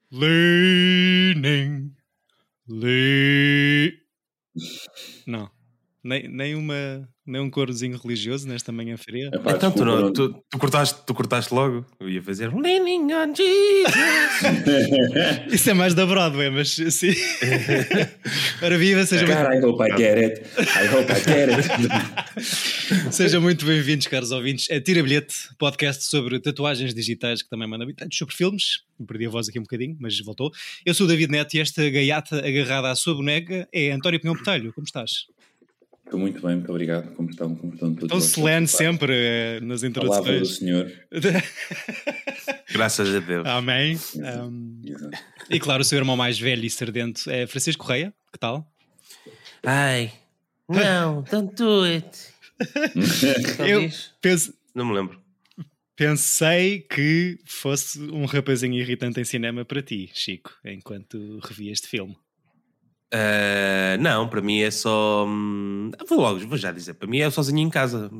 Leaning. Não. Nem um corozinho religioso nesta manhã fria. Epá, Então desculpa, tu cortaste logo. Eu ia fazer Leaning on Jesus. Isso é mais da Broadway, mas sim. Ora viva, God, I hope I get it. I hope I get it. Sejam muito bem-vindos, caros ouvintes, a Tira Bilhete, podcast sobre tatuagens digitais que também manda habitantes sobre filmes. Me perdi a voz aqui um bocadinho, mas voltou. Eu sou o David Neto e esta gaiata agarrada à sua boneca é António Pinhão Botelho. Como estás? Estou muito bem, muito obrigado. Como estão todos? Tão solene sempre nas introduções. Palavra do Senhor. Graças a Deus. Amém. Exato. E claro, o seu irmão mais velho e sardento é Francisco Correia. Que tal? Ai, não, don't do it. Eu Não me lembro. pensei que fosse um rapazinho irritante em cinema para ti, Chico, enquanto revia este filme. Não, para mim é só. Vou já dizer, para mim é sozinho em casa.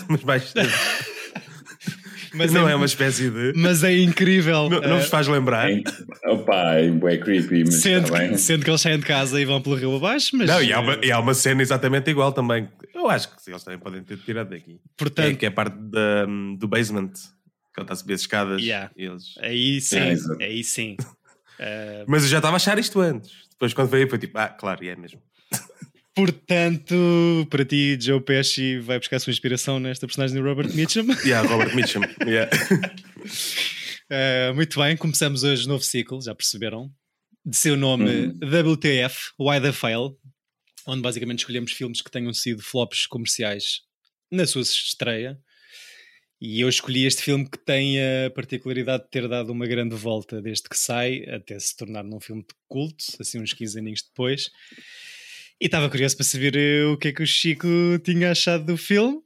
Mas não é uma espécie de. Mas é incrível. Não vos faz lembrar? Opa, é bem creepy, mas está bem. Sendo que eles saem de casa e vão pelo rio abaixo, mas... Não, e há uma cena exatamente igual também. Eu acho que eles também podem ter tirado daqui. Portanto, Que é a parte do basement, que ele está a subir as escadas. Yeah. E eles... Aí sim, exato. aí sim. Mas eu já estava a achar isto antes. Depois quando veio foi tipo, claro, é mesmo. Portanto, para ti, Joe Pesci vai buscar a sua inspiração nesta personagem de Robert Mitchum. Robert Mitchum. Yeah. Muito bem, começamos hoje novo ciclo, já perceberam? De seu nome WTF, Why the Fail, onde basicamente escolhemos filmes que tenham sido flops comerciais na sua estreia. E eu escolhi este filme que tem a particularidade de ter dado uma grande volta desde que sai, até se tornar num filme de culto, assim uns 15 aninhos depois. E estava curioso para saber o que é que o Chico tinha achado do filme.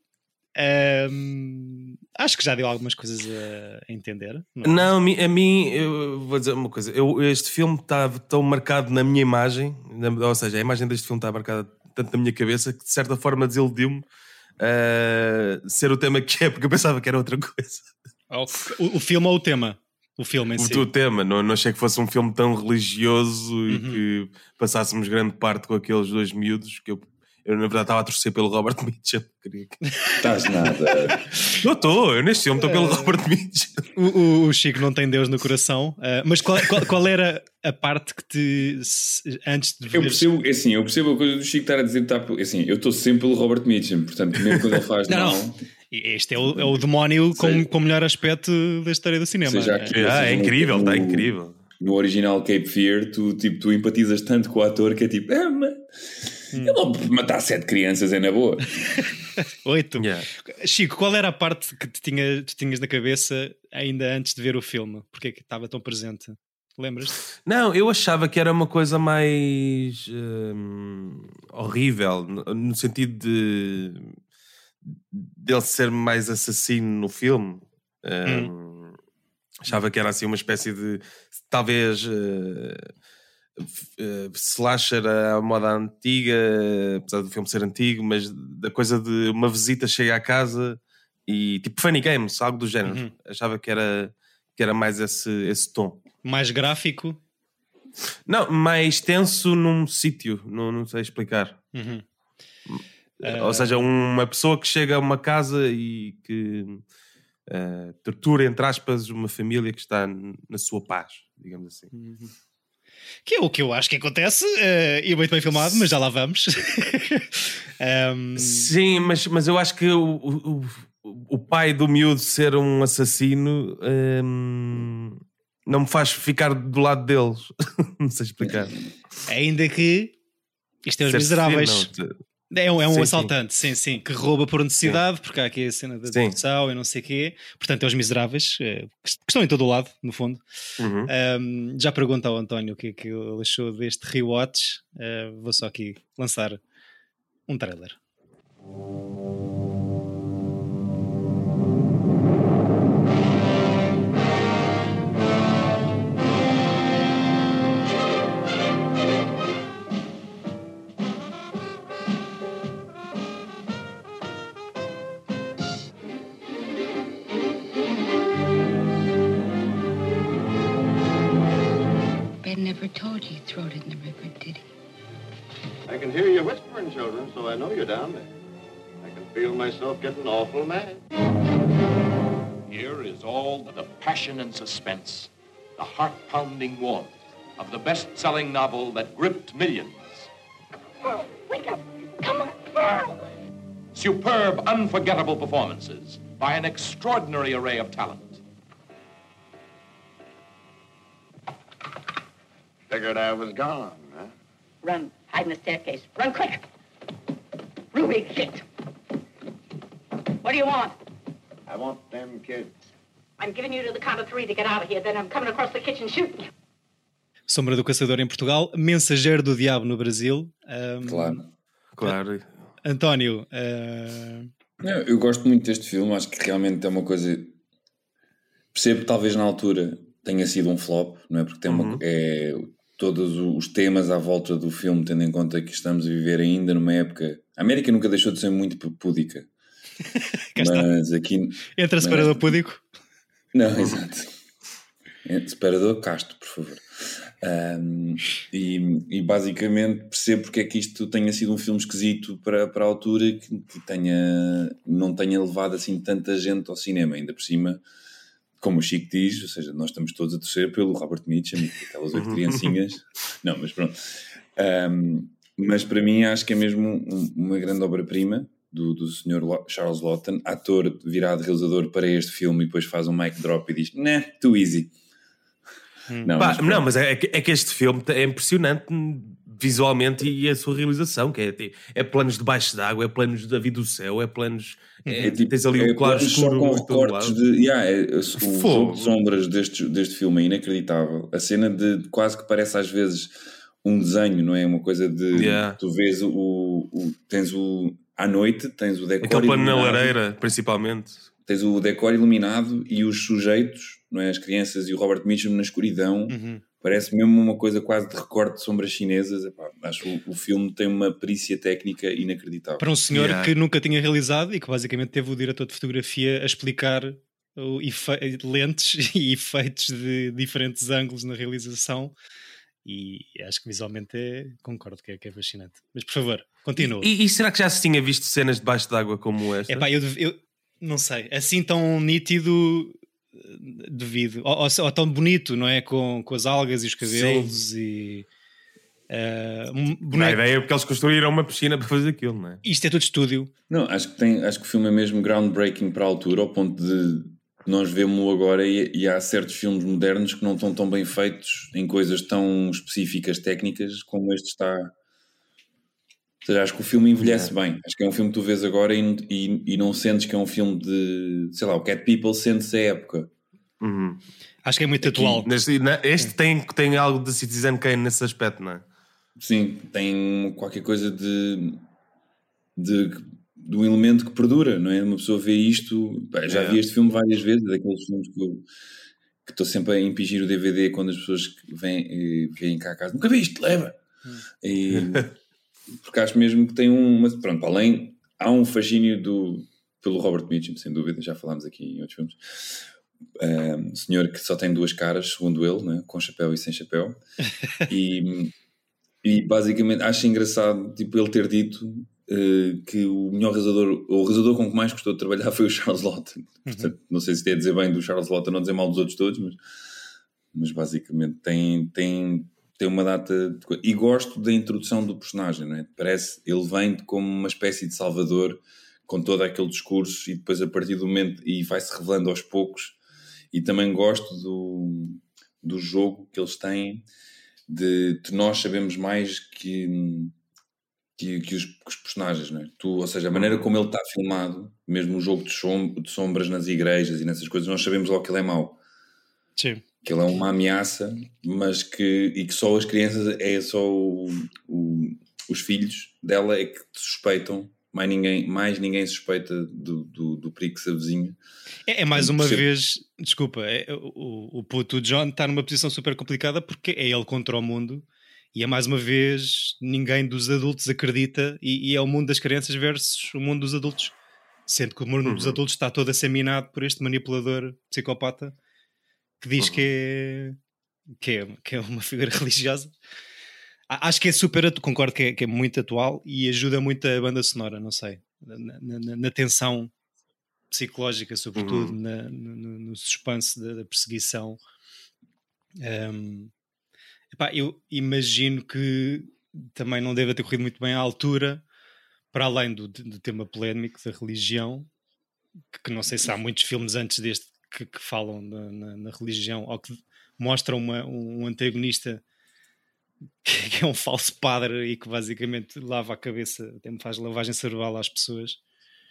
Acho que já deu algumas coisas a entender. Não, a mim, eu vou dizer uma coisa. Este filme está tão marcado na minha imagem, ou seja, a imagem deste filme está marcada tanto na minha cabeça que de certa forma desiludiu-me ser o tema que é, porque eu pensava que era outra coisa. O filme ou o tema? O filme em si. O tema, não achei que fosse um filme tão religioso e que passássemos grande parte com aqueles dois miúdos que eu na verdade estava a torcer pelo Robert Mitchum. Estás nada. Eu neste filme estou pelo Robert Mitchum. O Chico não tem Deus no coração, mas qual era a parte que te antes de ver... Eu percebo a coisa do Chico estar a dizer, assim, eu estou sempre pelo Robert Mitchum, portanto, mesmo quando ele faz não. Este é o demónio com o melhor aspecto da história do cinema. É incrível, está incrível. No original Cape Fear, tu empatizas tanto com o ator que é tipo, ele não matar 7 crianças é na boa. 8. Yeah. Chico, qual era a parte que tu tinhas na cabeça ainda antes de ver o filme? Porque é que estava tão presente? Lembras-te? Não, eu achava que era uma coisa mais horrível, no sentido dele ser mais assassino no filme. Achava que era assim uma espécie de talvez slasher à moda antiga, apesar do filme ser antigo, mas da coisa de uma visita chega à casa e tipo Funny Games, algo do género. Achava que era mais esse tom. Mais gráfico? Não, mais tenso num sítio, não sei explicar. Ou seja, uma pessoa que chega a uma casa e que tortura, entre aspas, uma família que está na sua paz, digamos assim. Que é o que eu acho que acontece, e muito bem filmado, mas já lá vamos. Sim, mas eu acho que o pai do miúdo ser um assassino não me faz ficar do lado deles. Não sei explicar. Ainda que isto é Os Miseráveis. É um assaltante, sim, que rouba por necessidade, porque há aqui a cena da depressão e não sei o quê. Portanto, é Os Miseráveis, que estão em todo o lado, no fundo. Já pergunto ao António o que é que ele achou deste rewatch. Vou só aqui lançar um trailer. never told you threw it in the river, did he? I can hear you whispering, children, so I know you're down there. I can feel myself getting awful mad. Here is all the passion and suspense, the heart-pounding warmth of the best-selling novel that gripped millions. Girl, wake up! Come on, girl! Superb, unforgettable performances by an extraordinary array of talent. Figured I was gone, huh? Run, hide in the staircase. Run quick! Ruby, shit! What do you want? I want them kids. I'm giving you to the count of 3 to get out of here, then I'm coming across the kitchen shooting you. Sombra do Caçador em Portugal, Mensageiro do Diabo no Brasil. Claro. António. Não, eu gosto muito deste filme, acho que realmente é uma coisa. Percebo que talvez na altura tenha sido um flop, não é? Porque tem todos os temas à volta do filme, tendo em conta que estamos a viver ainda numa época. A América nunca deixou de ser muito púdica. Mas aqui. Entra separador púdico? Não, exato. Separador casto, por favor. E basicamente percebo porque é que isto tenha sido um filme esquisito para a altura, que não tenha levado assim tanta gente ao cinema, ainda por cima, como o Chico diz, ou seja, nós estamos todos a torcer pelo Robert Mitchum e aquelas 8 criancinhas. Não, mas pronto. Mas para mim acho que é mesmo uma grande obra-prima do Sr. Charles Laughton, ator virado realizador para este filme, e depois faz um mic drop e diz, nah, too easy. Não, mas é que este filme é impressionante visualmente, e a sua realização, que é planos debaixo d'água, é planos da vida do céu, é planos... tens ali um claro escuro com recortes o jogo de sombras deste filme é inacreditável. A cena de quase que parece às vezes um desenho, não é? Uma coisa de... Tu vês à noite tens o decor aquele plano na lareira, principalmente. Tens o decor iluminado e os sujeitos, não é? As crianças e o Robert Mitchum na escuridão. Parece mesmo uma coisa quase de recorte de sombras chinesas. Epá, acho que o filme tem uma perícia técnica inacreditável. Para um senhor que nunca tinha realizado e que basicamente teve o diretor de fotografia a explicar lentes e efeitos de diferentes ângulos na realização. E acho que visualmente concordo que é fascinante. Mas por favor, continua. E será que já se tinha visto cenas debaixo d'água como esta? Epá, eu não sei, assim tão nítido, devido, ou tão bonito, não é? Com as algas e os cabelos. Sim. E a ideia é porque eles construíram uma piscina para fazer aquilo, não é? Isto é tudo estúdio. Não, acho que o filme é mesmo groundbreaking para a altura, ao ponto de nós vemos-lo agora, e há certos filmes modernos que não estão tão bem feitos em coisas tão específicas, técnicas, como este está. Ou seja, acho que o filme envelhece bem. Acho que é um filme que tu vês agora e não sentes que é um filme de... Sei lá, o Cat People sente-se à época. Acho que é muito atual. Este tem algo de Citizen Kane nesse aspecto, não é? Sim, tem qualquer coisa de um elemento que perdura, não é? Uma pessoa vê isto... Já vi este filme várias vezes, daqueles filmes que estou sempre a impingir o DVD quando as pessoas vêm cá a casa. Nunca vi isto, leva! Porque acho mesmo que tem pronto, além, há um fascínio pelo Robert Mitchum, sem dúvida, já falámos aqui em outros filmes. Senhor que só tem 2 caras, segundo ele, né? Com chapéu e sem chapéu. E basicamente acho engraçado ele ter dito que o melhor realizador, ou o realizador com que mais gostou de trabalhar foi o Charles Laughton. Portanto, não sei se tem a dizer bem do Charles Laughton, não dizer mal dos outros todos, mas basicamente tem uma data de coisa. E gosto da introdução do personagem, não é? Parece, ele vem como uma espécie de salvador, com todo aquele discurso, e depois a partir do momento, e vai-se revelando aos poucos. E também gosto do jogo que eles têm, de nós sabemos mais que os personagens, não é? Ou seja, a maneira como ele está filmado, mesmo o jogo de sombras nas igrejas e nessas coisas, nós sabemos logo que ele é mau. Sim. Que ele é uma ameaça, mas que só as crianças, só os filhos dela é que suspeitam, mais ninguém suspeita do perigo que se avizinha. É mais uma vez, desculpa, o puto John está numa posição super complicada porque é ele contra o mundo, e é mais uma vez ninguém dos adultos acredita, e é o mundo das crianças versus o mundo dos adultos, sendo que o mundo dos adultos está todo a ser minado por este manipulador psicopata que diz que que é uma figura religiosa. Acho que é super, concordo que é muito atual e ajuda muito a banda sonora, não sei, na tensão psicológica, sobretudo no suspense da perseguição. Eu imagino que também não deva ter corrido muito bem à altura, para além do tema polémico da religião, que não sei se há muitos filmes antes deste que falam na religião, ou que mostram um antagonista que é um falso padre e que basicamente lava a cabeça, até me faz lavagem cerebral às pessoas.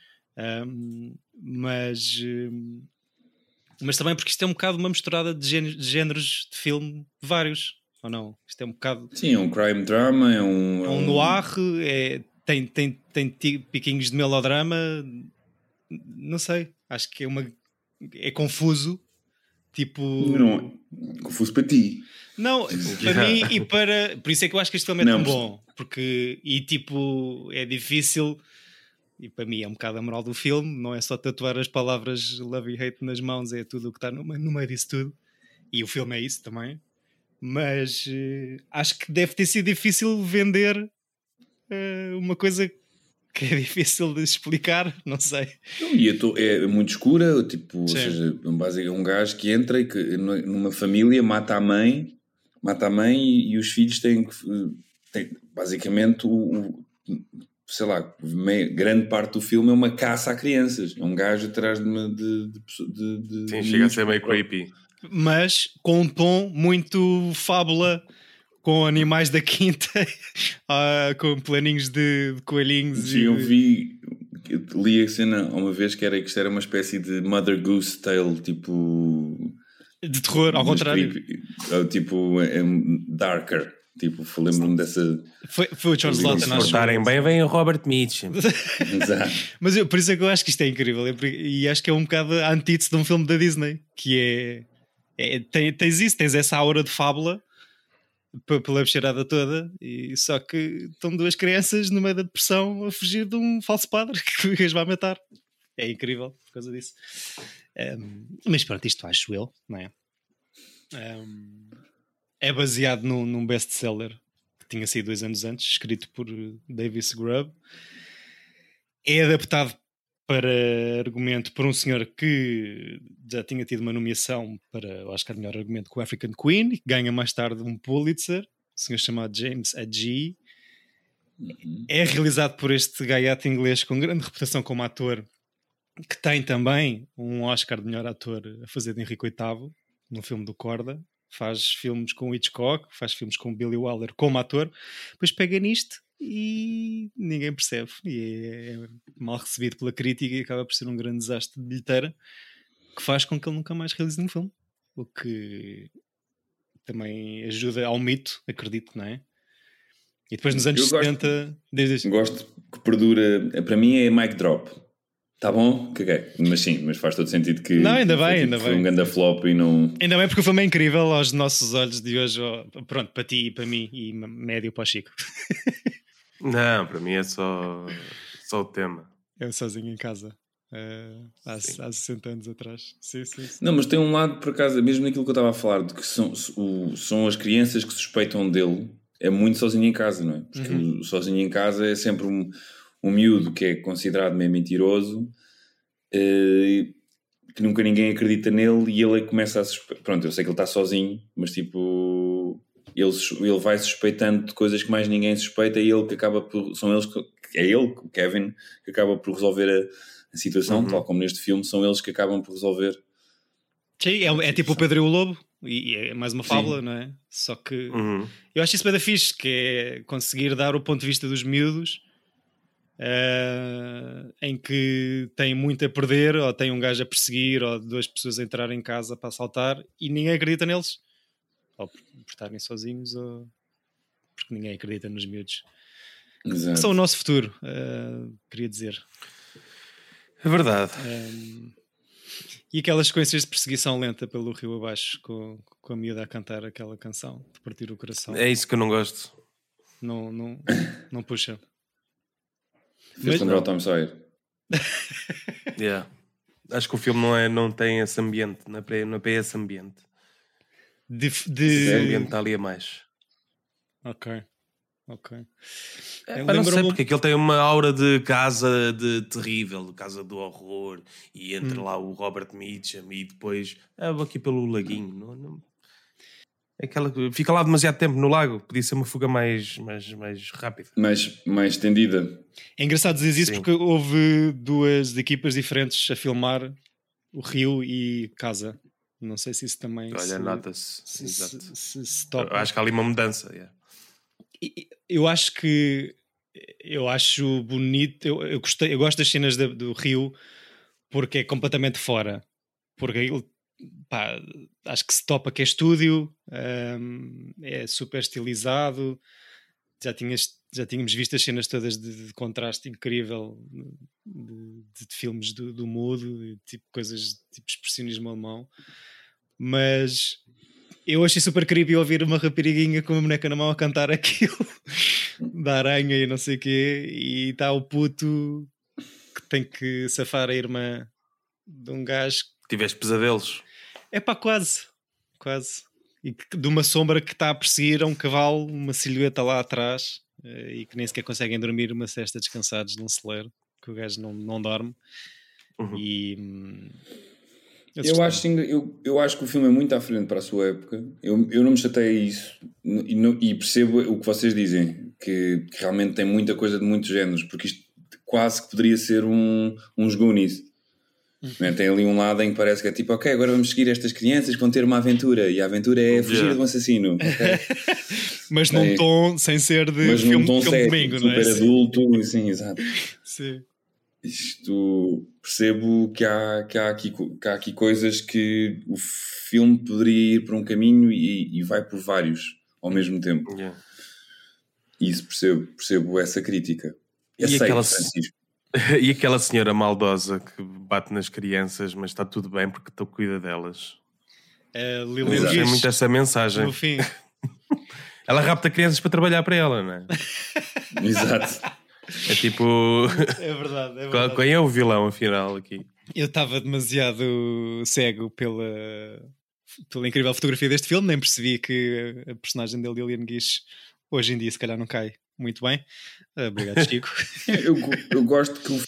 Mas também porque isto é um bocado uma misturada de géneros de filme vários, ou não? Isto é um bocado... Sim, é um crime drama, é um noir, tem piquinhos de melodrama, não sei, acho que é confuso, tipo... Não, confuso para ti. Não, para mim e para... Por isso é que eu acho que este filme é tão bom, porque, e tipo, é difícil, e para mim é um bocado a moral do filme, não é só tatuar as palavras love e hate nas mãos, é tudo o que está no meio disso tudo, e o filme é isso também, mas acho que deve ter sido difícil vender uma coisa que é difícil de explicar, não sei. E é muito escura, tipo, ou seja, é um gajo que entra e que numa família mata a mãe e os filhos têm basicamente sei lá, grande parte do filme é uma caça a crianças. É um gajo atrás Sim, chega a ser meio creepy. Mas com um tom muito fábula, com animais da quinta, com planinhos de coelhinhos. Sim, eu li a cena uma vez que isto era uma espécie de Mother Goose Tale, tipo... De terror, ao contrário. Tipo, darker. Tipo, lembro-me dessa... Foi o Charles Lawton, acho. Se portarem bem, vem o Robert Mitchum. Exato. Mas por isso é que eu acho que isto é incrível. E acho que é um bocado a antítese de um filme da Disney, que tens essa aura de fábula pela bexarada toda, e só que estão duas crianças no meio da depressão a fugir de um falso padre que as vai matar. É incrível por causa disso. Mas pronto, isto acho eu, não é? É baseado num best-seller que tinha saído 2 anos antes, escrito por Davis Grubb. É adaptado para argumento por um senhor que já tinha tido uma nomeação para o Oscar de melhor argumento com African Queen, que ganha mais tarde um Pulitzer, um senhor chamado James Agee. É realizado por este gaiato inglês com grande reputação como ator, que tem também um Oscar de melhor ator a fazer de Henrique VIII, no filme do Corda. Faz filmes com Hitchcock, faz filmes com Billy Wilder como ator, depois pega nisto e ninguém percebe, e é mal recebido pela crítica e acaba por ser um grande desastre de bilheteira, que faz com que ele nunca mais realize um filme, o que também ajuda ao mito, acredito, não é? E depois nos anos 70 gosto que perdura, para mim é mic drop. Tá bom? Caguei. Mas sim, mas faz todo sentido que não, ainda bem. Foi um grande flop e não... Ainda bem, porque o filme é incrível aos nossos olhos de hoje. Pronto, para ti e para mim, e médio para o Chico. Não, para mim é só o tema. Eu sozinho em casa, há 60 anos atrás. Sim. Não, mas tem um lado, por acaso, mesmo naquilo que eu estava a falar, de que são as crianças que suspeitam dele, é muito sozinho em casa, não é? Porque o sozinho em casa é sempre um miúdo que é considerado meio mentiroso, que nunca ninguém acredita nele, e ele começa a suspeitar. Pronto, eu sei que ele está sozinho, mas tipo, ele vai suspeitando de coisas que mais ninguém suspeita, e ele que acaba por... É ele, o Kevin, que acaba por resolver a situação, tal como neste filme, são eles que acabam por resolver. Sim, é tipo o Pedro e o Lobo, e é mais uma fábula, não é? Só que eu acho isso bem da fixe, que é conseguir dar o ponto de vista dos miúdos, em que tem muito a perder, ou tem um gajo a perseguir, ou 2 pessoas a entrar em casa para assaltar e ninguém acredita neles, ou por estarem sozinhos, ou porque ninguém acredita nos miúdos. Exato. Que são o nosso futuro, queria dizer. É verdade. E aquelas sequências de perseguição lenta pelo rio abaixo, com a miúda a cantar aquela canção de partir o coração. É isso que eu não gosto. Não puxa. Fez lembrar o Tom Sawyer. Yeah. Acho que o filme não tem esse ambiente, não é para esse ambiente. ambiental e a mais. Ok. Não sei, porque aquilo tem uma aura de casa de terrível, de casa do horror, e entra lá o Robert Mitchum e depois vou aqui pelo laguinho. Não. Aquela que fica lá demasiado tempo no lago, podia ser uma fuga mais rápida. Mais estendida. É engraçado dizer isso porque houve duas equipas diferentes a filmar o Rio e casa. Não sei se isso também... Olha, nota-se. Se topa. Acho que há ali uma mudança. Yeah. Eu acho bonito, eu gosto das cenas do Rio porque é completamente fora, porque acho que se topa que é estúdio, é super estilizado, já tínhamos visto as cenas todas de contraste incrível de filmes do mudo, tipo coisas tipo expressionismo alemão, mas eu achei super creepy ouvir uma rapariguinha com uma boneca na mão a cantar aquilo da aranha e não sei o quê, e está o puto que tem que safar a irmã de um gajo. Tiveste pesadelos? É pá, quase. E de uma sombra que está a perseguir a um cavalo, uma silhueta lá atrás, e que nem sequer conseguem dormir uma cesta descansados num celeiro, que o gajo não dorme. E... Eu acho que o filme é muito à frente para a sua época. Eu não me chateio a isso e percebo o que vocês dizem, que realmente tem muita coisa de muitos géneros, porque isto quase que poderia ser uns Goonies. Tem ali um lado em que parece que é tipo, ok, agora vamos seguir estas crianças que vão ter uma aventura, e a aventura é fugir de um assassino. Okay? Mas num tom sem ser de filme sério, domingo, super não é? adulto, sim, exato. Sim. Isto, percebo que há aqui coisas que o filme poderia ir por um caminho e vai por vários ao mesmo tempo. E isso percebo essa crítica. Francisco. E aquela senhora maldosa que bate nas crianças, mas está tudo bem porque tu cuida delas. Lilian Gish, muito essa mensagem. No fim. Ela rapta crianças para trabalhar para ela, não é? Exato. É tipo... É verdade. Quem é o vilão, afinal, aqui? Eu estava demasiado cego pela incrível fotografia deste filme, nem percebi que a personagem da Lilian Gish hoje em dia se calhar não cai muito bem. Obrigado, Chico. eu gosto que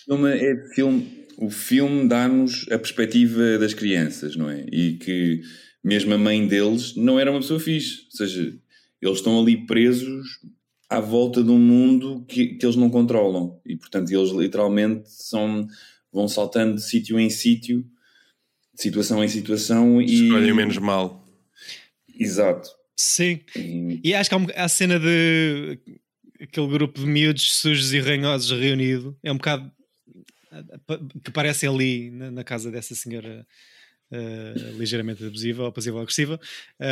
o filme dá-nos a perspectiva das crianças, não é? E que mesmo a mãe deles não era uma pessoa fixe. Ou seja, eles estão ali presos à volta de um mundo que eles não controlam. E, portanto, eles literalmente vão saltando de sítio em sítio, de situação em situação. Escolhem menos mal. Exato. Sim. E acho que há a cena de aquele grupo de miúdos sujos e ranhosos reunido. É um bocado que parece ali na casa dessa senhora ligeiramente abusiva ou passiva-agressiva.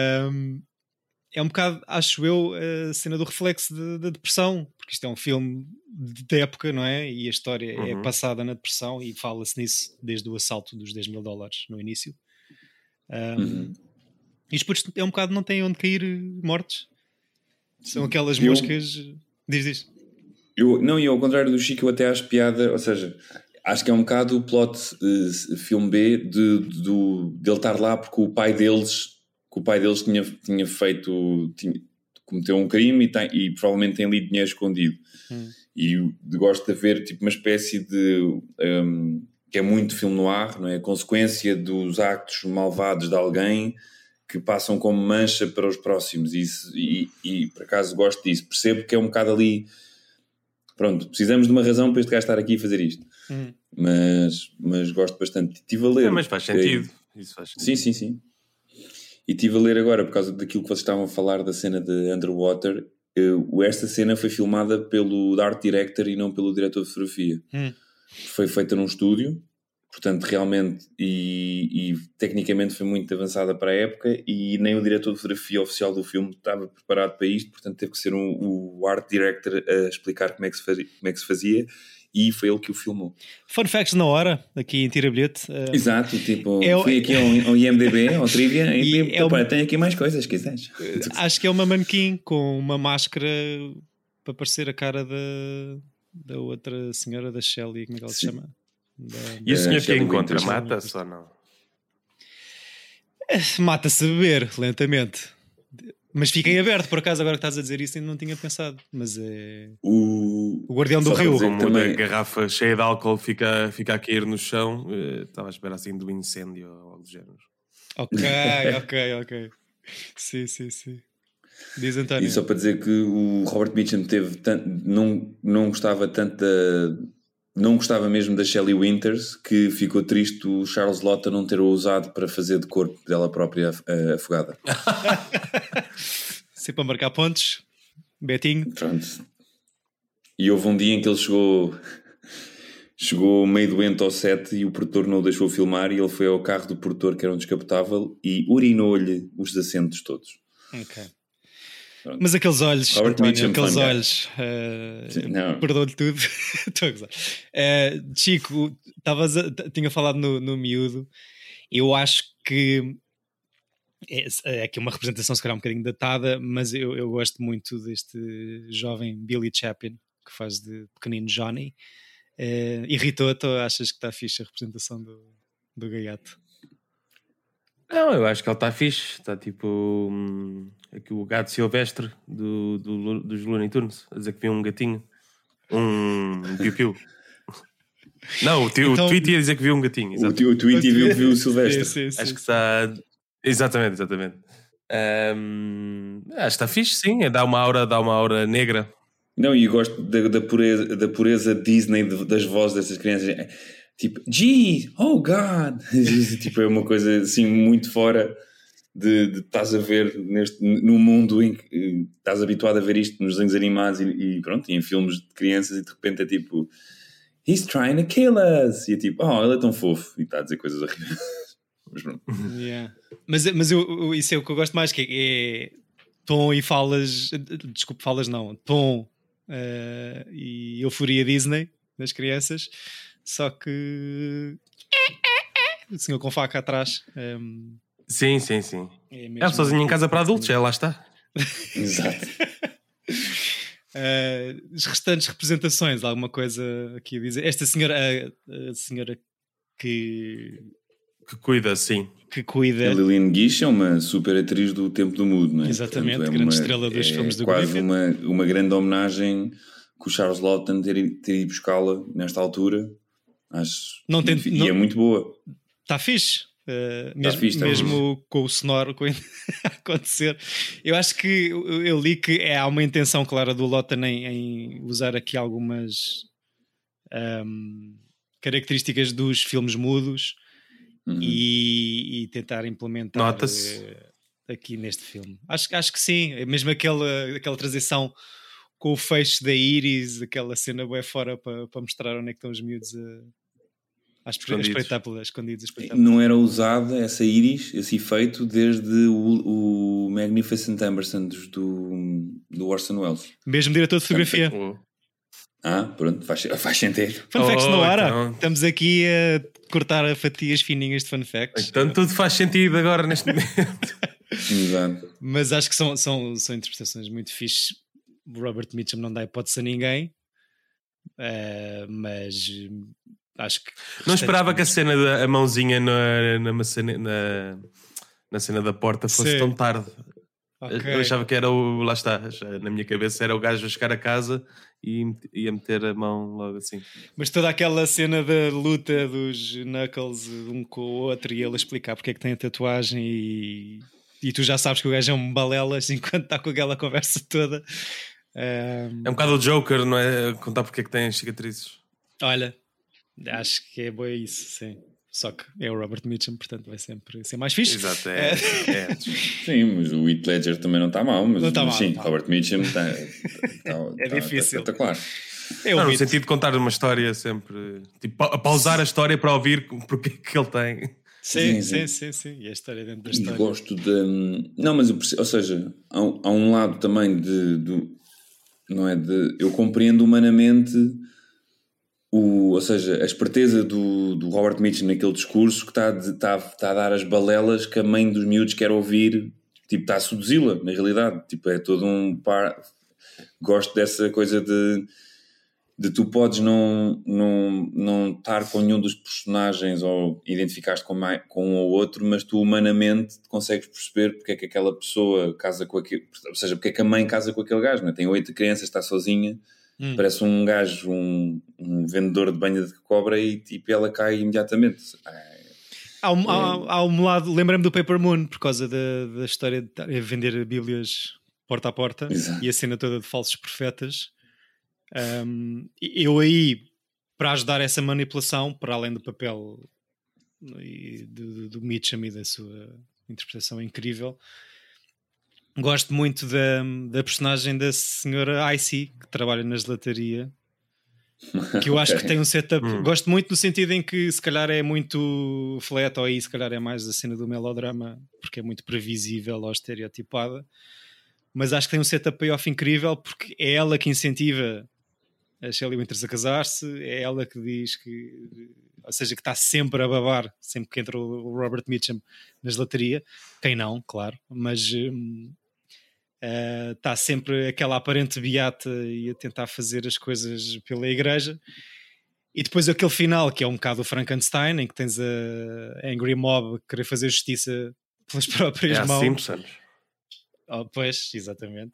É um bocado, acho eu, a cena do reflexo da depressão, porque isto é um filme de época, não é? E a história é passada na depressão e fala-se nisso desde o assalto dos $10 mil no início. E os putos é um bocado, não têm onde cair mortos. São aquelas moscas... Diz. E ao contrário do Chico, eu até acho piada, ou seja, acho que é um bocado o plot filme B de ele estar lá porque o pai deles tinha feito, cometeu um crime e provavelmente tem ali dinheiro escondido. E gosto de ver tipo uma espécie de que é muito filme noir, não é? A consequência dos actos malvados de alguém que passam como mancha para os próximos. E por acaso gosto disso. Percebo que é um bocado ali, pronto, precisamos de uma razão para este gajo estar aqui e fazer isto. Mas gosto bastante. Estive a ler. Mas faz sentido. Isso faz sentido. Sim. E estive a ler agora, por causa daquilo que vocês estavam a falar da cena de Underwater, esta cena foi filmada pelo art director e não pelo diretor de fotografia. Foi feita num estúdio, portanto realmente e tecnicamente foi muito avançada para a época, e nem o diretor de fotografia oficial do filme estava preparado para isto, portanto teve que ser o art director a explicar como é que se fazia. E foi ele que o filmou. Fun facts na hora, aqui em Tira Bilhete. Exato, tipo, fui aqui ao IMDB, ao Trivia, e tem aqui mais coisas, se quiseres. Acho que é uma manequim com uma máscara para parecer a cara da outra senhora, da Shelley, como é que ela se chama? E o senhor que encontra, mata-se ou não? Mata-se a beber lentamente. Mas fica em aberto, por acaso, agora que estás a dizer isso, ainda não tinha pensado. Mas é. O Guardião do Rio. Como também... a garrafa cheia de álcool fica a cair no chão, estava a esperar assim do incêndio ou algo do género. Ok. Sim. Diz António. E só para dizer que o Robert Mitchum não gostava tanto não gostava mesmo da Shelley Winters, que ficou triste o Charles Laughton não ter usado para fazer de corpo dela própria afogada. Sempre para marcar pontos. Betinho. Pronto. E houve um dia em que ele chegou meio doente ao set e o produtor não o deixou filmar e ele foi ao carro do produtor, que era um descapotável, e urinou-lhe os assentos todos. Ok. Pronto. Mas aqueles olhos, António, aqueles olhos, perdoa-lhe tudo. Estou a gozar. Chico, tinha falado no miúdo. Eu acho que é aqui uma representação se calhar um bocadinho datada, mas eu gosto muito deste jovem Billy Chapin, que faz de pequenino Johnny. Irritou-te ou achas que está fixe a representação do gaiato? Não, eu acho que ele está fixe. Está tipo aqui o gato silvestre dos Looney Tunes, a dizer que viu um gatinho, um piu-piu. Não, o Tweety ia dizer que viu um gatinho. O Tweety viu o silvestre. Sim. Acho que está... Exatamente. Acho que está fixe, sim. Dá uma aura negra. Não, e eu gosto da pureza Disney das vozes dessas crianças. Tipo, gee, oh God! Tipo, é uma coisa assim muito fora de estás a ver no mundo em que estás habituado a ver isto nos desenhos animados e pronto, e em filmes de crianças, e de repente é tipo, he's trying to kill us! E é tipo, oh, ele é tão fofo, e está a dizer coisas horríveis. Mas pronto. Yeah. Mas isso é o que eu gosto mais, que é tom e falas, desculpe, falas não, tom e euforia Disney das crianças, só que o senhor com faca atrás. Sim. É sozinho em casa para adultos, lá está. Exato. As restantes representações, alguma coisa aqui a dizer? Esta senhora, a senhora que cuida, sim. Que cuida. A Lillian Gish é uma super atriz do Tempo do Mudo, não é? Exatamente, portanto, grande estrela dos filmes do Griffith. Quase uma grande homenagem que o Charles Laughton ter ido buscá-la nesta altura. Acho é muito boa. Está fixe. Mesmo com o sonoro a acontecer. Eu acho que eu li que há uma intenção clara do Laughton em usar aqui algumas características dos filmes mudos e tentar implementar aqui neste filme. Acho que sim. Mesmo aquela transição com o fecho da íris, aquela cena bué fora para mostrar onde é que estão os miúdos escondidos. Não era usada essa íris, esse efeito, desde o Magnificent Ambersons do Orson Welles. Mesmo diretor de fotografia. Pronto, faz sentido. Fun facts no ar. Então. Estamos aqui a cortar fatias fininhas de fun facts. Então tudo faz sentido agora neste momento. Exato. Mas acho que são interpretações muito fixes. O Robert Mitchum não dá hipótese a ninguém, mas acho que... Não esperava que a cena da mãozinha na cena da porta fosse tão tarde. Okay. Eu achava que era lá está, na minha cabeça era o gajo a chegar a casa e ia meter a mão logo assim. Mas toda aquela cena da luta dos Knuckles um com o outro e ele explicar porque é que tem a tatuagem e tu já sabes que o gajo é um balelas enquanto está com aquela conversa toda. É um bocado o Joker, não é? Contar porque é que tem as cicatrizes. Olha, acho que é boa isso, sim. Só que é o Robert Mitchum, portanto vai sempre ser mais fixe. Exato, Sim, mas o Heath Ledger também não está mal, mas sim, mal. Robert Mitchum está difícil. espetacular. No sentido de contar uma história sempre, tipo, a pausar a história para ouvir porque que ele tem. Sim. E a história dentro da história. E gosto de... Não, mas ou seja, há um lado também não é eu compreendo humanamente ou seja, a esperteza do Robert Mitchum naquele discurso que está a dar as balelas que a mãe dos miúdos quer ouvir, tipo, está a seduzi-la, na realidade, tipo, é todo um par... Gosto dessa coisa de de tu podes não estar com nenhum dos personagens ou identificar-te com um ou outro, mas tu humanamente consegues perceber porque é que aquela pessoa casa com aquele, ou seja, porque é que a mãe casa com aquele gajo, não é? Tem 8 crianças, está sozinha, parece um gajo, um vendedor de banha de cobra e tipo, ela cai imediatamente. Há um lado, lembrei-me do Paper Moon por causa da história de vender bíblias porta a porta. Exato. E a cena toda de falsos profetas. Eu aí, para ajudar essa manipulação, para além do papel do Mitchum e da sua interpretação incrível, gosto muito da personagem da senhora Icy, que trabalha na gelataria, que eu acho que tem um setup. Gosto muito no sentido em que se calhar é muito flat, ou aí se calhar é mais a cena do melodrama, porque é muito previsível ou estereotipada, mas acho que tem um setup payoff incrível, porque é ela que incentiva a Shelley Winters a casar-se, é ela que diz que, ou seja, que está sempre a babar sempre que entra o Robert Mitchum na gelataria, quem não, claro, mas está sempre aquela aparente beata e a tentar fazer as coisas pela igreja. E depois aquele final que é um bocado o Frankenstein, em que tens a Angry Mob querer fazer justiça pelas próprias mãos. Simpsons. Oh, pois, exatamente.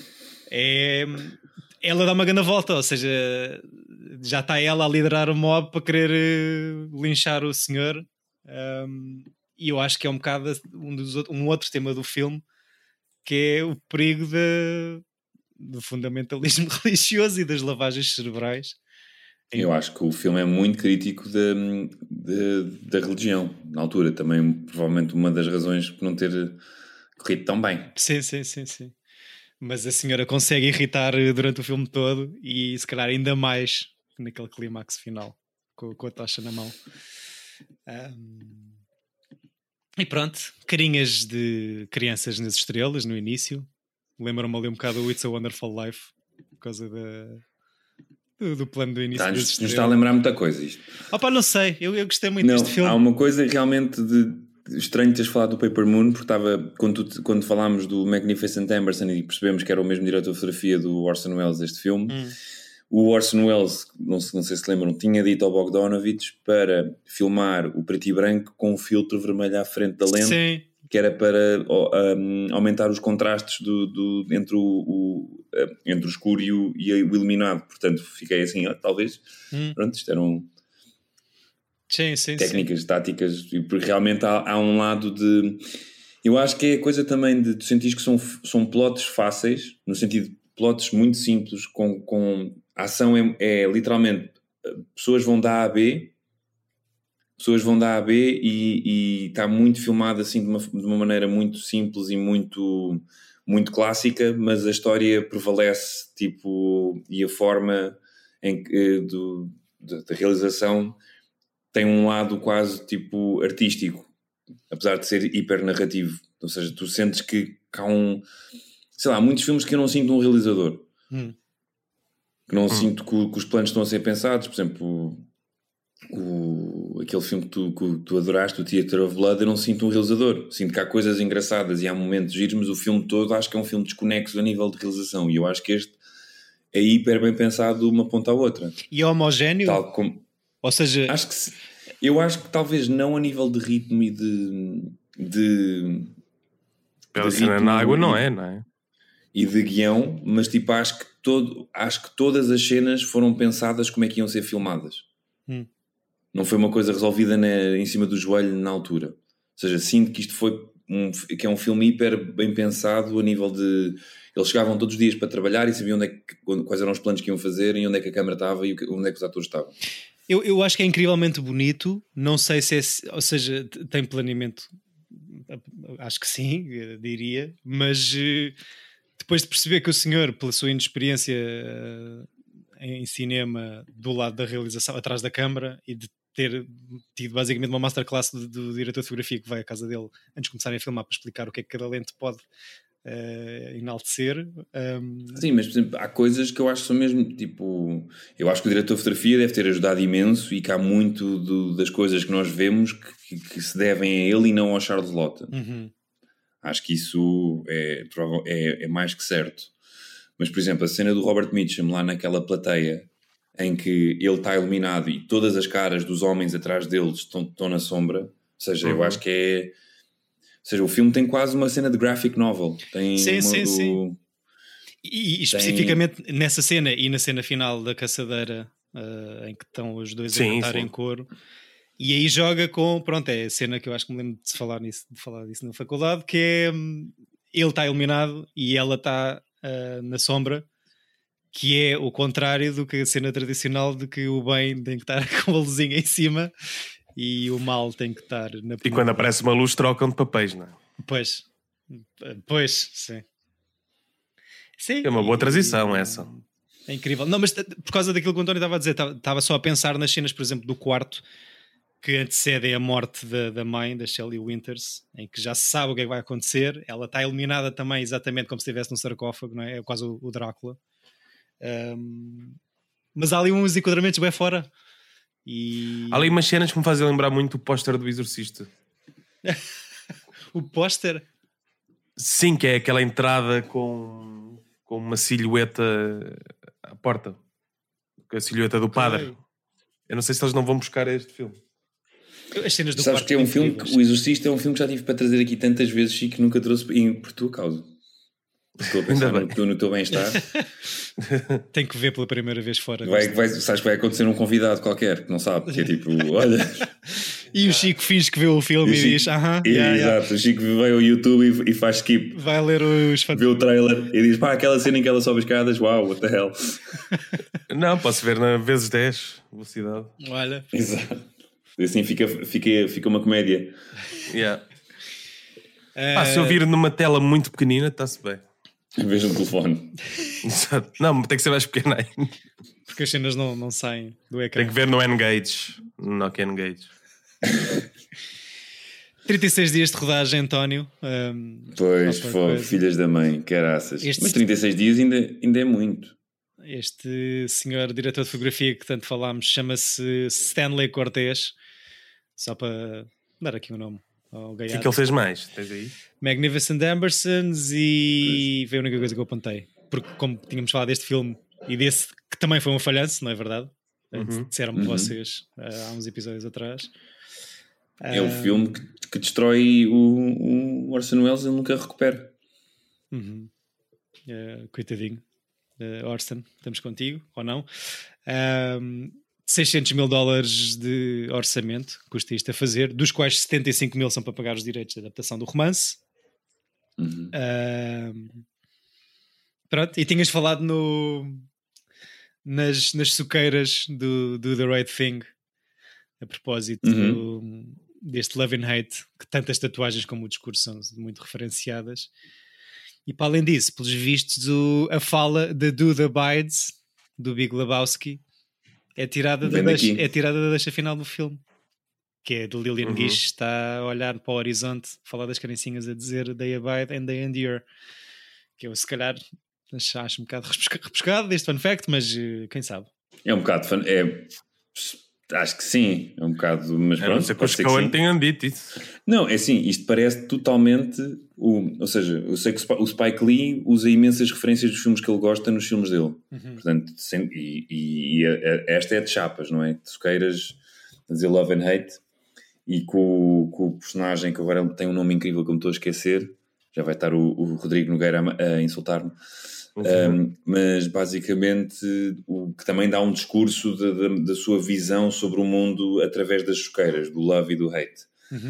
Ela dá uma grande volta, ou seja, já está ela a liderar o mob para querer linchar o senhor, e eu acho que é um bocado um outro tema do filme, que é o perigo do fundamentalismo religioso e das lavagens cerebrais. Eu acho que o filme é muito crítico da religião, na altura também, provavelmente uma das razões por não ter corrido tão bem. Sim. Mas a senhora consegue irritar durante o filme todo e se calhar ainda mais naquele clímax final com a tocha na mão. E pronto, carinhas de crianças nas estrelas no início. Lembram-me ali um bocado o It's a Wonderful Life por causa do plano do início. Nos está a lembrar muita coisa isto. Opa, não sei, eu gostei muito deste filme. Há uma coisa realmente estranho teres falado do Paper Moon, porque estava, quando falámos do Magnificent Amberson e percebemos que era o mesmo diretor de fotografia do Orson Welles deste filme, o Orson Welles, não sei se lembram, tinha dito ao Bogdanovich para filmar o preto e branco com um filtro vermelho à frente da lente. Sim. Que era para aumentar os contrastes entre o escuro e o iluminado. Portanto, fiquei assim, talvez. Pronto, isto eram técnicas, táticas, porque realmente há um lado de... Eu acho que é a coisa também de tu sentires que são plots fáceis, no sentido de plots muito simples, com a ação é literalmente pessoas vão da A a B e está muito filmado assim de uma maneira muito simples e muito, muito clássica, mas a história prevalece, tipo, e a forma da realização tem um lado quase tipo artístico, apesar de ser hiper narrativo. Ou seja, tu sentes que há há muitos filmes que eu não sinto um realizador, que não sinto que os planos estão a ser pensados. Por exemplo, aquele filme que tu adoraste, o Theatre of Blood, eu não sinto um realizador. Sinto que há coisas engraçadas e há momentos giros, mas o filme todo acho que é um filme desconexo a nível de realização, e eu acho que este é hiper bem pensado de uma ponta à outra. E é homogéneo? Tal como... Ou seja... Eu acho que talvez não a nível de ritmo e de pela cena na água não é? E de guião, mas tipo, acho que todas as cenas foram pensadas como é que iam ser filmadas. Não foi uma coisa resolvida em cima do joelho na altura. Ou seja, sinto que isto que é um filme hiper bem pensado a nível de... Eles chegavam todos os dias para trabalhar e sabiam quais eram os planos que iam fazer e onde é que a câmara estava e onde é que os atores estavam. Eu acho que é incrivelmente bonito. Não sei se ou seja, tem planeamento, acho que sim, diria, mas depois de perceber que o senhor, pela sua inexperiência em cinema, do lado da realização, atrás da câmara, e de ter tido basicamente uma masterclass do diretor de fotografia que vai à casa dele antes de começarem a filmar para explicar o que é que cada lente pode enaltecer. Sim, mas por exemplo, há coisas que eu acho que são mesmo tipo... Eu acho que o diretor de fotografia deve ter ajudado imenso e que há muito das coisas que nós vemos que se devem a ele e não ao Charles Laughton. Acho que isso é mais que certo. Mas, por exemplo, a cena do Robert Mitchum lá naquela plateia em que ele está iluminado e todas as caras dos homens atrás deles estão na sombra. Ou seja, eu acho que é... Ou seja, o filme tem quase uma cena de graphic novel. Tem sim. E especificamente nessa cena e na cena final da caçadeira, em que estão os dois a cantar em coro. E aí joga com... Pronto, é a cena que eu acho que me lembro de falar disso na faculdade, que é... Ele está iluminado e ela está na sombra, que é o contrário do que a cena tradicional de que o bem tem que estar com a luzinha em cima e o mal tem que estar na... E quando aparece uma luz trocam de papéis, não é? Pois, sim. É uma boa transição essa. É incrível. Não, mas por causa daquilo que o António estava a dizer, estava só a pensar nas cenas, por exemplo, do quarto que antecedem a morte da mãe, da Shelley Winters, em que já se sabe o que é que vai acontecer. Ela está iluminada também exatamente como se estivesse num sarcófago, não é? É quase o Drácula. Mas há ali uns enquadramentos bem fora. Há ali umas cenas que me fazem lembrar muito o póster do Exorcista. O póster? Sim, que é aquela entrada com uma silhueta à porta. Com a silhueta do padre. Eu não sei se eles não vão buscar este filme. As cenas do Sabes quarto que é um filme que o Exorcista é um filme que já tive para trazer aqui tantas vezes e que nunca trouxe por tua causa. Estou a pensar no teu bem-estar. Tenho que ver pela primeira vez fora. Sabes que vai acontecer um convidado qualquer que não sabe, que é tipo, olha. E o Chico finge que vê o filme e diz: exato, o Chico veio ao YouTube e faz skip. Vai ler vê o trailer e diz: pá, aquela cena em que ela sobe as escadas, uau, what the hell. Não, posso ver na vezes 10 velocidade. Olha, exato. Assim fica uma comédia. Se eu vir numa tela muito pequenina, está-se bem. Em vez de um telefone. Não, tem que ser mais pequena ainda. Porque as cenas não saem do ecrã. Tem que ver no N-Gage. No Nokia N-Gage. 36 dias de rodagem, António. Pois, filhas da mãe, caraças. Mas 36 dias ainda é muito. Este senhor diretor de fotografia que tanto falámos chama-se Stanley Cortez. Só para dar aqui um nome. O que é que ele fez mais? Tens aí? Magnificent Ambersons e foi a única coisa que eu apontei. Porque como tínhamos falado deste filme e desse que também foi um falhanço, não é verdade? Disseram-me vocês há uns episódios atrás. É um filme que destrói o Orson Welles e ele nunca recupera. Coitadinho. Orson, estamos contigo, ou não? $600 mil de orçamento custa isto a fazer, dos quais 75 mil são para pagar os direitos de adaptação do romance. Pronto, e tinhas falado nas suqueiras do The Right Thing, a propósito deste Love and Hate, que tantas tatuagens como o discurso são muito referenciadas. E para além disso, pelos vistos, a fala de Do the Abides, do Big Lebowski, é tirada da deixa final do filme, que é de Lillian Gish, está a olhar para o horizonte, falar das criancinhas a dizer They abide and they endure, que eu se calhar acho um bocado repescado deste fun fact, mas quem sabe. É um bocado fun, acho que sim, é um bocado, mas pronto. Não sei que os Coen tenham dito isso. Não, é assim, isto parece totalmente ou seja, eu sei que o Spike Lee usa imensas referências dos filmes que ele gosta nos filmes dele. Portanto, esta é de chapas, não é? De suqueiras, a dizer Love and Hate, e com o personagem que agora tem um nome incrível que eu me estou a esquecer, já vai estar o Rodrigo Nogueira a insultar-me. Mas basicamente o que também dá um discurso da sua visão sobre o mundo através das choqueiras, do love e do hate.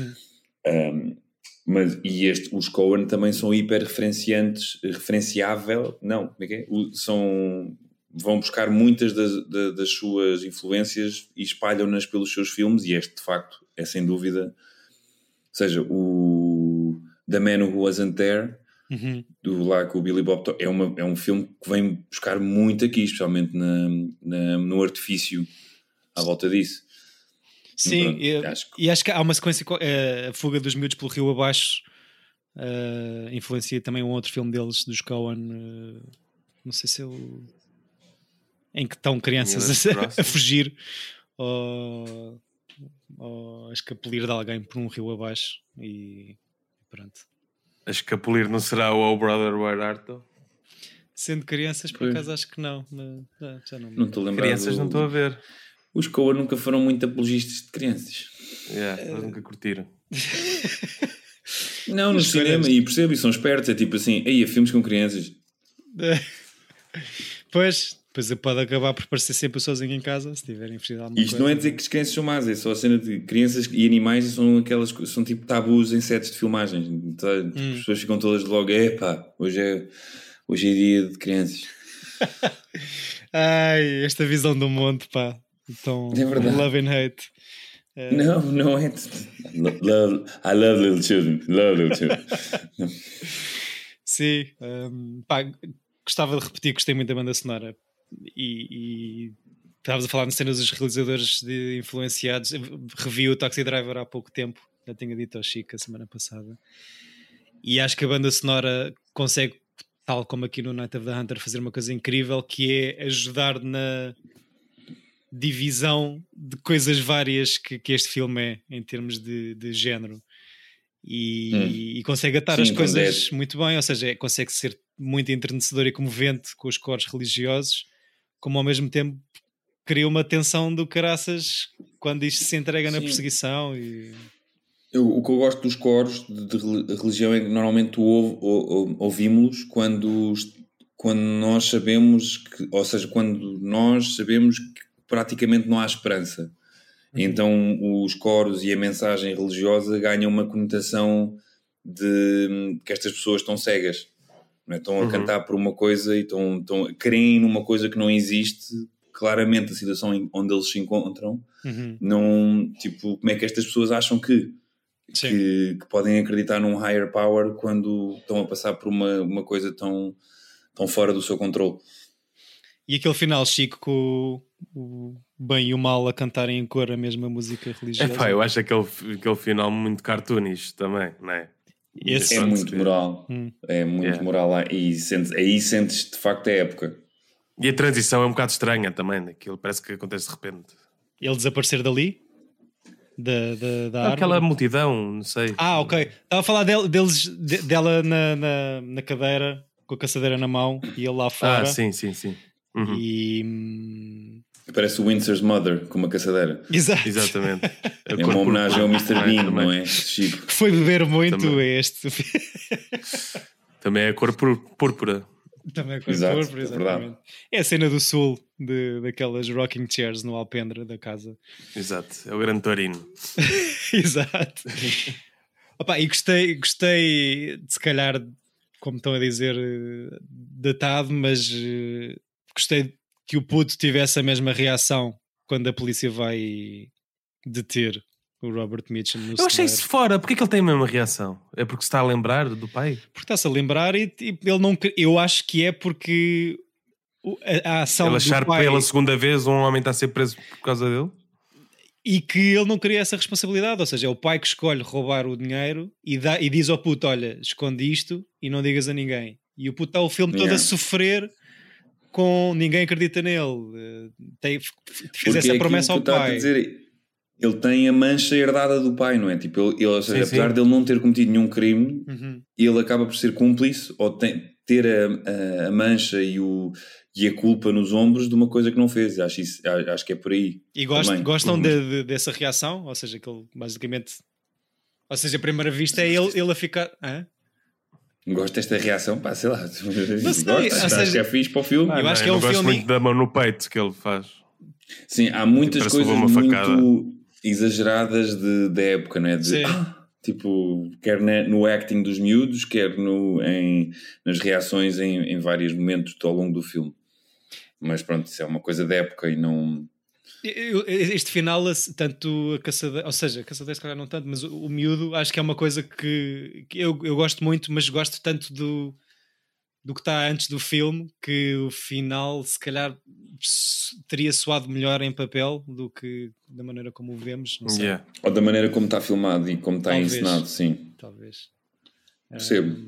Os Coen também são hiper referenciável, não, como é que é? Vão buscar muitas das suas influências e espalham-nas pelos seus filmes, e este de facto é sem dúvida, ou seja, o The Man Who Wasn't There, do lá com o Billy Bob Thornton, é um filme que vem buscar muito aqui, especialmente no artifício à volta disso. Sim, e acho que há uma sequência, a fuga dos miúdos pelo rio abaixo influencia também um outro filme deles, dos Coen, não sei se em que estão crianças a fugir ou a escapulir de alguém por um rio abaixo e pronto. A escapulir não será o Oh Brother Where Art Thou? Sendo crianças, por acaso acho que não. Mas já não estou a lembrar. Crianças não estou a ver. Os Coen nunca foram muito apologistas de crianças. Eles nunca curtiram. Não, no cinema, e percebo, e são espertos. É tipo assim, aí filmes com crianças. Pois pode acabar por parecer sempre sozinho em casa, se tiverem investido alguma Isto coisa. não é dizer que as crianças são más, é só a cena de crianças e animais são tipo tabus em sets de filmagens. Então, as pessoas ficam todas logo, hoje é dia de crianças. Ai, esta visão do mundo, pá. Então, é verdade. Love and hate. Não é. I love little children. Love little children. Sim. Pá, gostava de repetir, gostei muito da banda sonora. E estavas a falar nas cenas dos realizadores influenciados. Revi o Taxi Driver há pouco tempo. Já tinha dito ao Chico a semana passada. E acho que a banda sonora consegue, tal como aqui no Night of the Hunter, fazer uma coisa incrível, que é ajudar na divisão de coisas várias que este filme é, em termos de género. E consegue atar as coisas muito bem, ou seja, consegue ser muito entrenecedor e comovente com os coros religiosos, como ao mesmo tempo cria uma tensão do caraças quando isto se entrega na perseguição. O que eu gosto dos coros de religião é que normalmente ouvimos-los quando nós sabemos que, ou seja, quando nós sabemos que praticamente não há esperança. Então os coros e a mensagem religiosa ganham uma conotação de que estas pessoas estão cegas, não é? Estão a cantar por uma coisa e creem numa coisa que não existe. Claramente a situação onde eles se encontram, não, tipo, como é que estas pessoas acham que podem acreditar num higher power quando estão a passar por uma coisa tão fora do seu controle. E aquele final, Chico, com o bem e o mal a cantarem em cor a mesma música religiosa. Eu acho aquele final muito cartoonish também, não é? É muito moral. É muito moral lá. E aí sentes de facto a época. E a transição é um bocado estranha também. Aquilo parece que acontece de repente. Ele desaparecer dali? Da aquela árvore? multidão, não sei. Ok. Estava a falar dela na cadeira, com a caçadeira na mão, e ele lá fora. Sim. E... Parece o Windsor's Mother com uma caçadeira. Exatamente. É uma homenagem ao Mr. Bean, não é? Chico. Que foi beber muito também. Este. Também é a cor púrpura. Também é a cor púrpura, exatamente. É a cena do sul, daquelas rocking chairs no alpendre da casa. Exato, é o grande Torino. Exato. Opa, e gostei de, se calhar, como estão a dizer, datado, mas gostei que o puto tivesse a mesma reação quando a polícia vai deter o Robert Mitchum no Eu achei isso fora. Porquê que ele tem a mesma reação? É porque se está a lembrar do pai? Porque está-se a lembrar e ele não... Eu acho que é porque a ação ele do achar pai... que pela segunda vez um homem está a ser preso por causa dele? E que ele não queria essa responsabilidade. Ou seja, é o pai que escolhe roubar o dinheiro e diz ao puto, olha, esconde isto e não digas a ninguém. E o puto está o filme todo a sofrer... com ninguém acredita nele. Fez essa promessa ao pai. Ele tem a mancha herdada do pai, não é? Tipo, ou seja, apesar de ele não ter cometido nenhum crime, ele acaba por ser cúmplice ou ter a mancha e a culpa nos ombros de uma coisa que não fez. Acho que é por aí. E gostam dessa reação? Ou seja, que ele basicamente... Ou seja, a primeira vista é ele a ficar... Gosto desta reação, sei lá. Acho que é fixe para o filme. Eu acho que é um filme muito da mão no peito que ele faz. Sim, há muitas coisas muito exageradas da época, não é? Tipo, quer no acting dos miúdos, quer nas reações em vários momentos ao longo do filme. Mas pronto, isso é uma coisa da época e não... Este final, tanto a caçadeira, ou seja, a caçadeira se calhar não tanto, mas o miúdo, acho que é uma coisa que eu gosto muito, mas gosto tanto do que está antes do filme, que o final se calhar teria soado melhor em papel do que da maneira como o vemos, não sei. Ou da maneira como está filmado e como está encenado, sim. Talvez. Percebo.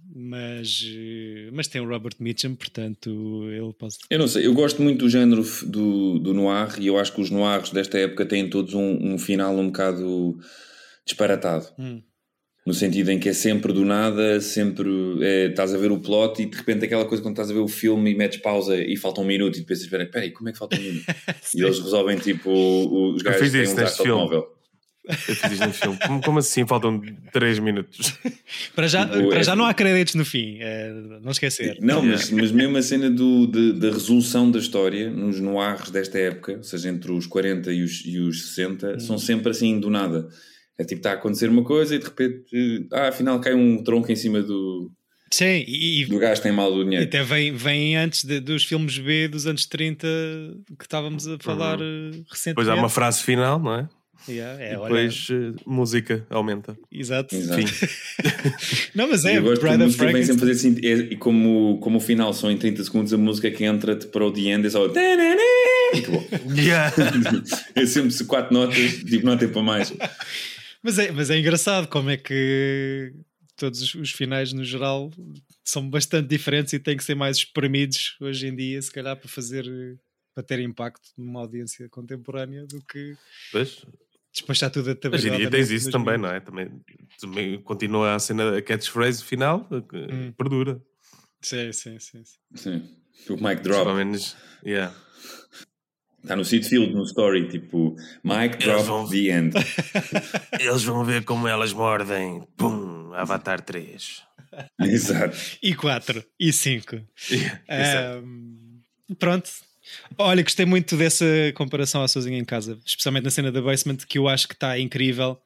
Mas tem o Robert Mitchum, portanto ele pode... Eu não sei, eu gosto muito do género do noir e eu acho que os noirs desta época têm todos um final um bocado disparatado. no sentido em que é sempre do nada, sempre estás a ver o plot e de repente aquela coisa quando estás a ver o filme e metes pausa e falta um minuto e tu pensas, espera aí, como é que falta um minuto? E eles resolvem tipo, os gajos têm um desastre automóvel. Eu fiz isto no filme. Como assim faltam 3 minutos? Para já não há créditos no fim, não esquecer. Não, mas mesmo a cena da resolução da história nos noirs desta época, ou seja, entre os 40 e os 60, são sempre assim do nada. É tipo, está a acontecer uma coisa e de repente, afinal cai um tronco em cima do... Sim, do gajo tem mal do dinheiro. E até vem antes dos filmes B dos anos 30 que estávamos a falar recentemente. Depois há uma frase final, não é? E depois música aumenta. Exato. Enfim. Não, mas eu gosto de música vem sempre fazer assim, e como o final são em 30 segundos, a música que entra-te para o The End é só muito bom. É sempre 4 notas, tipo, não há tempo para mais. Mas é engraçado como é que todos os finais no geral são bastante diferentes e têm que ser mais espremidos hoje em dia, se calhar para ter impacto numa audiência contemporânea do que despachar tudo a taberna. Hoje em dia tens isso também, não é? Também continua a cena, a catchphrase final que perdura. Sim. O mic drop. Pelo menos, Está no Seed Field, no story, tipo, mic drop, the end. Eles vão ver como elas mordem. Pum, Avatar 3. Exato. E 4, e 5. Pronto. Olha, gostei muito dessa comparação à Sozinha em Casa, especialmente na cena da Basement, que eu acho que está incrível.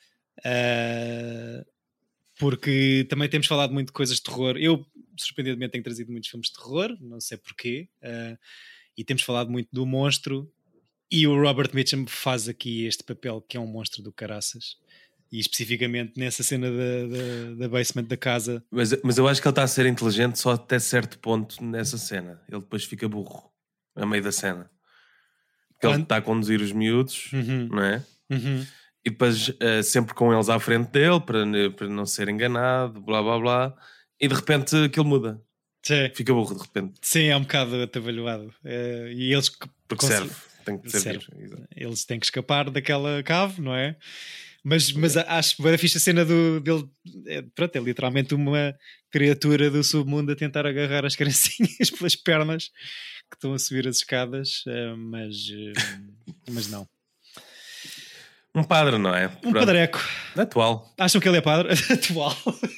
Porque também temos falado muito de coisas de terror. Eu, surpreendentemente, tenho trazido muitos filmes de terror, não sei porquê. E temos falado muito do monstro, e o Robert Mitchum faz aqui este papel que é um monstro do caraças, e especificamente nessa cena da basement da casa. Mas eu acho que ele está a ser inteligente só até certo ponto nessa cena. Ele depois fica burro a meio da cena, porque ele está a conduzir os miúdos, não é? E depois sempre com eles à frente dele para não ser enganado, blá blá blá, e de repente aquilo muda. Sim. Fica burro de repente. Sim, é um bocado atabalhoado. E eles porque serve, tem que servir. Eles têm que escapar daquela cave, não é? Mas acho bem fixe a cena dele. Pronto, é literalmente uma criatura do submundo a tentar agarrar as criancinhas pelas pernas que estão a subir as escadas, mas não. Um padre, não é? Um padreco. Atual. Acham que ele é padre? Atual.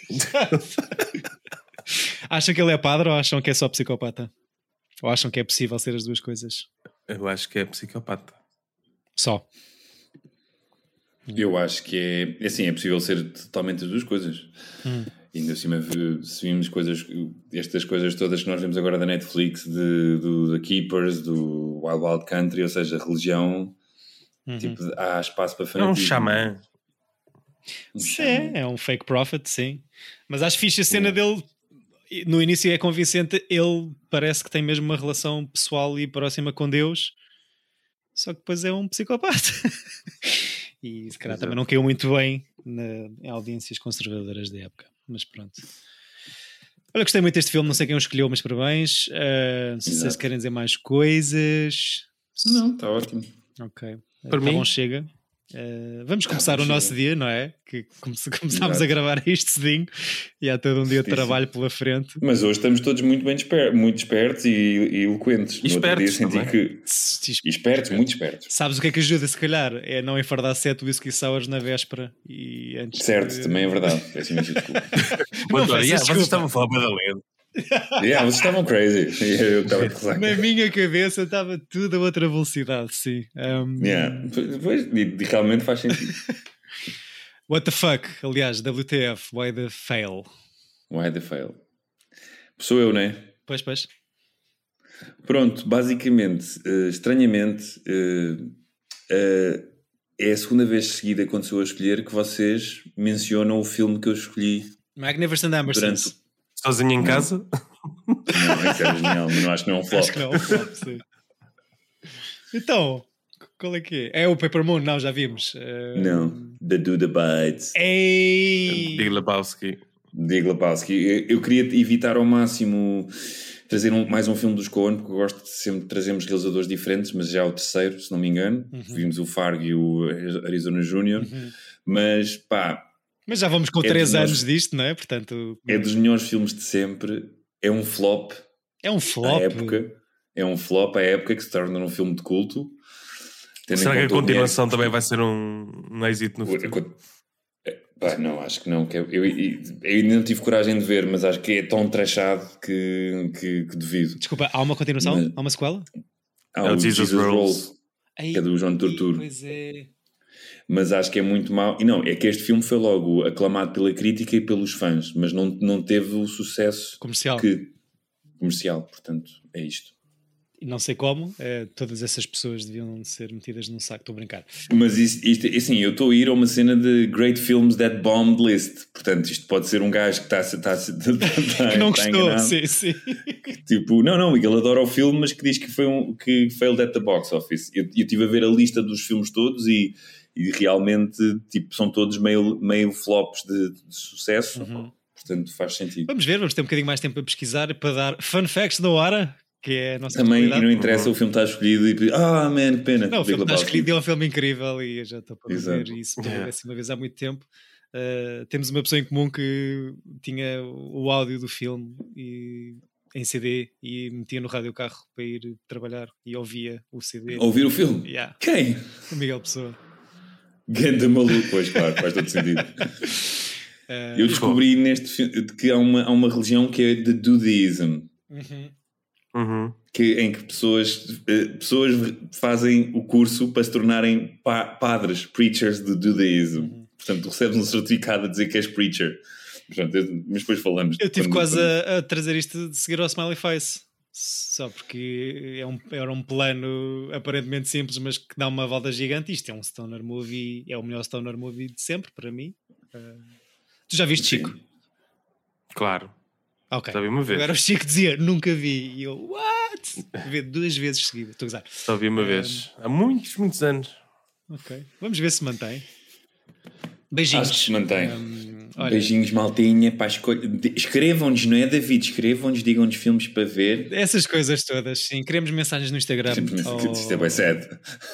Acham que ele é padre ou acham que é só psicopata? Ou acham que é possível ser as duas coisas? Eu acho que é psicopata. Só. Eu acho que é assim, é possível ser totalmente as duas coisas. E ainda assim, se vimos estas coisas todas que nós vemos agora da Netflix, do The Keepers, do Wild Wild Country, ou seja, religião, tipo, há espaço para fanatismo. É um xamã. Sim, é um fake prophet, sim. Mas acho fixe a cena dele. No início é convincente, ele parece que tem mesmo uma relação pessoal e próxima com Deus, só que depois é um psicopata. E se calhar também não caiu muito bem em audiências conservadoras da época, mas pronto. Olha, gostei muito deste filme, não sei quem o escolheu, mas parabéns. Não sei se vocês querem dizer mais coisas. Não, está ótimo. Ok. Para mim bom, chega. Vamos começar o nosso dia, não é? Que começámos a gravar isto cedinho e há todo um dia de trabalho pela frente. Mas hoje estamos todos muito bem muito espertos e eloquentes. E espertos espertos, muito espertos. Sabes o que é que ajuda, se calhar? É não enfardar 7 whisky sours na véspera e antes. Certo, também é verdade. Peço imensa desculpa. Vocês estavam a falar para da lenda. Vocês estavam crazy. Eu estava de ressaca. Na minha cabeça estava tudo a outra velocidade, sim. Pois, realmente faz sentido. What the fuck? Aliás, WTF, why the fail? Why the fail? Sou eu, não é? Pois. Pronto, basicamente, estranhamente, é a segunda vez seguida quando sou a escolher que vocês mencionam o filme que eu escolhi. Magnificent Ambersons. Sozinho em casa? Não, isso é genial, mas não acho que não é um flop. Acho que não é um flop, sim. Então, qual é que é? É o Paper Moon, não, já vimos. Não, The Duda Bites. Ei! Big Lebowski. Eu queria evitar ao máximo trazer mais um filme dos Coen, porque eu gosto de sempre trazermos realizadores diferentes, mas já é o terceiro, se não me engano. Vimos o Fargo e o Arizona Júnior. Mas Mas já vamos com 3 anos disto, não é? Portanto, é dos melhores filmes de sempre. É um flop. É um flop. É um flop à época que se torna um filme de culto. Será que a continuação também vai ser um êxito no futuro? Não, acho que não. Eu ainda não tive coragem de ver, mas acho que é tão trashado que duvido. Desculpa, há uma continuação? Há uma sequela? Há o Jesus Rolls, que é do João Torturo. Pois é. Mas acho que é muito mau. E não, é que este filme foi logo aclamado pela crítica e pelos fãs, mas não teve o sucesso comercial. Portanto, é isto. E não sei como, todas essas pessoas deviam ser metidas num saco, estou a brincar. Mas isto assim, eu estou a ir a uma cena de Great Films That Bombed List. Portanto, isto pode ser um gajo que está que não gostou, sim. Tipo, não, ele adora o filme, mas que diz que foi que failed at the box office. Eu estive a ver a lista dos filmes todos e realmente tipo, são todos meio flops de sucesso. Uhum. Portanto, faz sentido. Vamos ver, vamos ter um bocadinho mais tempo a pesquisar para dar fun facts da hora. Que é a nossa também, e não interessa, o filme está escolhido e man, que pena. Não, o filme está escolhido e é um filme incrível e eu já estou para ver isso pela 10ª vez há muito tempo. Temos uma pessoa em comum que tinha o áudio do filme em CD e metia no rádio carro para ir trabalhar e ouvia o CD. Ouvir o filme? Yeah. Quem? O Miguel Pessoa. Ganda maluco, pois claro, faz todo sentido. Eu descobri neste filme que há uma religião que é de Judaism. Uhum. Em que pessoas fazem o curso para se tornarem padres, preachers de Judaism. Portanto, tu recebes um certificado a dizer que és preacher. Portanto, mas depois falamos. Eu tive quase a trazer isto de seguir ao Smiley Face, só porque era um plano aparentemente simples, mas que dá uma volta gigante. Isto é um stoner movie, é o melhor stoner movie de sempre para mim. Tu já viste, Chico? Claro. Ok. Só vi uma vez. Agora o Chico dizia, nunca vi. E eu, what? Vi 2 vezes seguidas. Estou a gozar. Só vi uma vez. Há muitos anos. Ok. Vamos ver se mantém. Beijinhos. Acho que se mantém. Beijinhos, maltinha. Escrevam-nos, não é, David? Escrevam-nos, digam-nos filmes para ver. Essas coisas todas, sim. Queremos mensagens no Instagram. Isto é bem sad.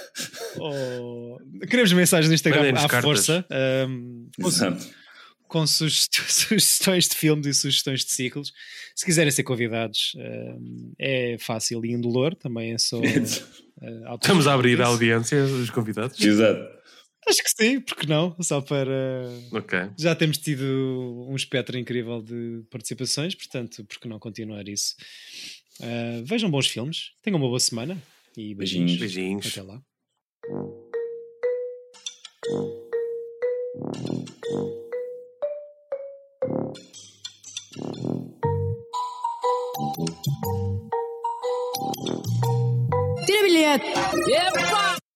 Queremos mensagens no Instagram à cartas. força. Exato. Com sugestões de filmes e sugestões de ciclos. Se quiserem ser convidados, é fácil e indolor, também é só... Estamos a abrir a audiência dos convidados? Exato. Acho que sim, porque não? Só para... Okay. Já temos tido um espectro incrível de participações, portanto, por que não continuar isso? Vejam bons filmes, tenham uma boa semana e beijinhos. Até lá. Tira bilhete! Epa!